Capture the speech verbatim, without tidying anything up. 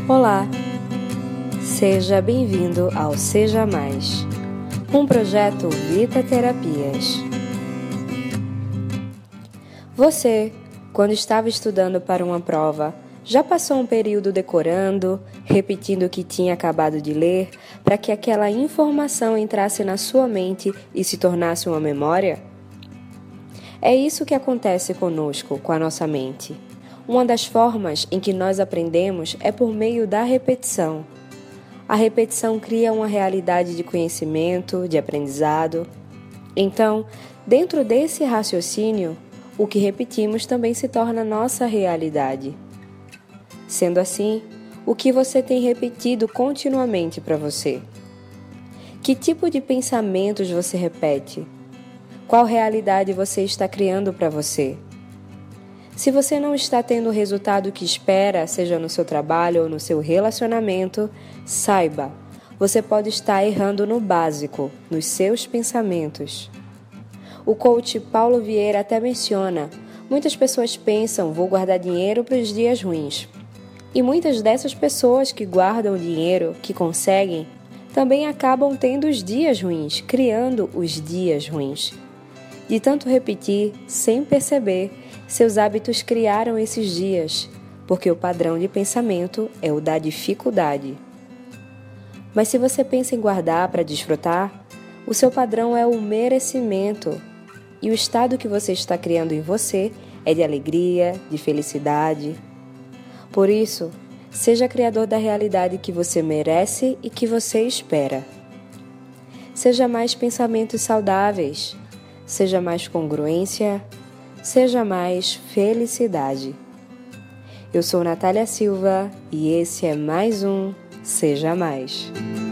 Olá, seja bem-vindo ao Seja Mais, um projeto Vita Terapias. Você, quando estava estudando para uma prova, já passou um período decorando, repetindo o que tinha acabado de ler, para que aquela informação entrasse na sua mente e se tornasse uma memória? É isso que acontece conosco, com a nossa mente. Uma das formas em que nós aprendemos é por meio da repetição. A repetição cria uma realidade de conhecimento, de aprendizado. Então, dentro desse raciocínio, o que repetimos também se torna nossa realidade. Sendo assim, o que você tem repetido continuamente para você? Que tipo de pensamentos você repete? Qual realidade você está criando para você? Se você não está tendo o resultado que espera, seja no seu trabalho ou no seu relacionamento, saiba, você pode estar errando no básico, nos seus pensamentos. O coach Paulo Vieira até menciona, muitas pessoas pensam, vou guardar dinheiro para os dias ruins. E muitas dessas pessoas que guardam o dinheiro, que conseguem, também acabam tendo os dias ruins, criando os dias ruins. De tanto repetir, sem perceber, seus hábitos criaram esses dias, porque o padrão de pensamento é o da dificuldade. Mas se você pensa em guardar para desfrutar, o seu padrão é o merecimento, e o estado que você está criando em você é de alegria, de felicidade. Por isso, seja criador da realidade que você merece e que você espera. Seja mais pensamentos saudáveis, seja mais congruência, seja mais felicidade. Eu sou Natália Silva e esse é mais um Seja Mais.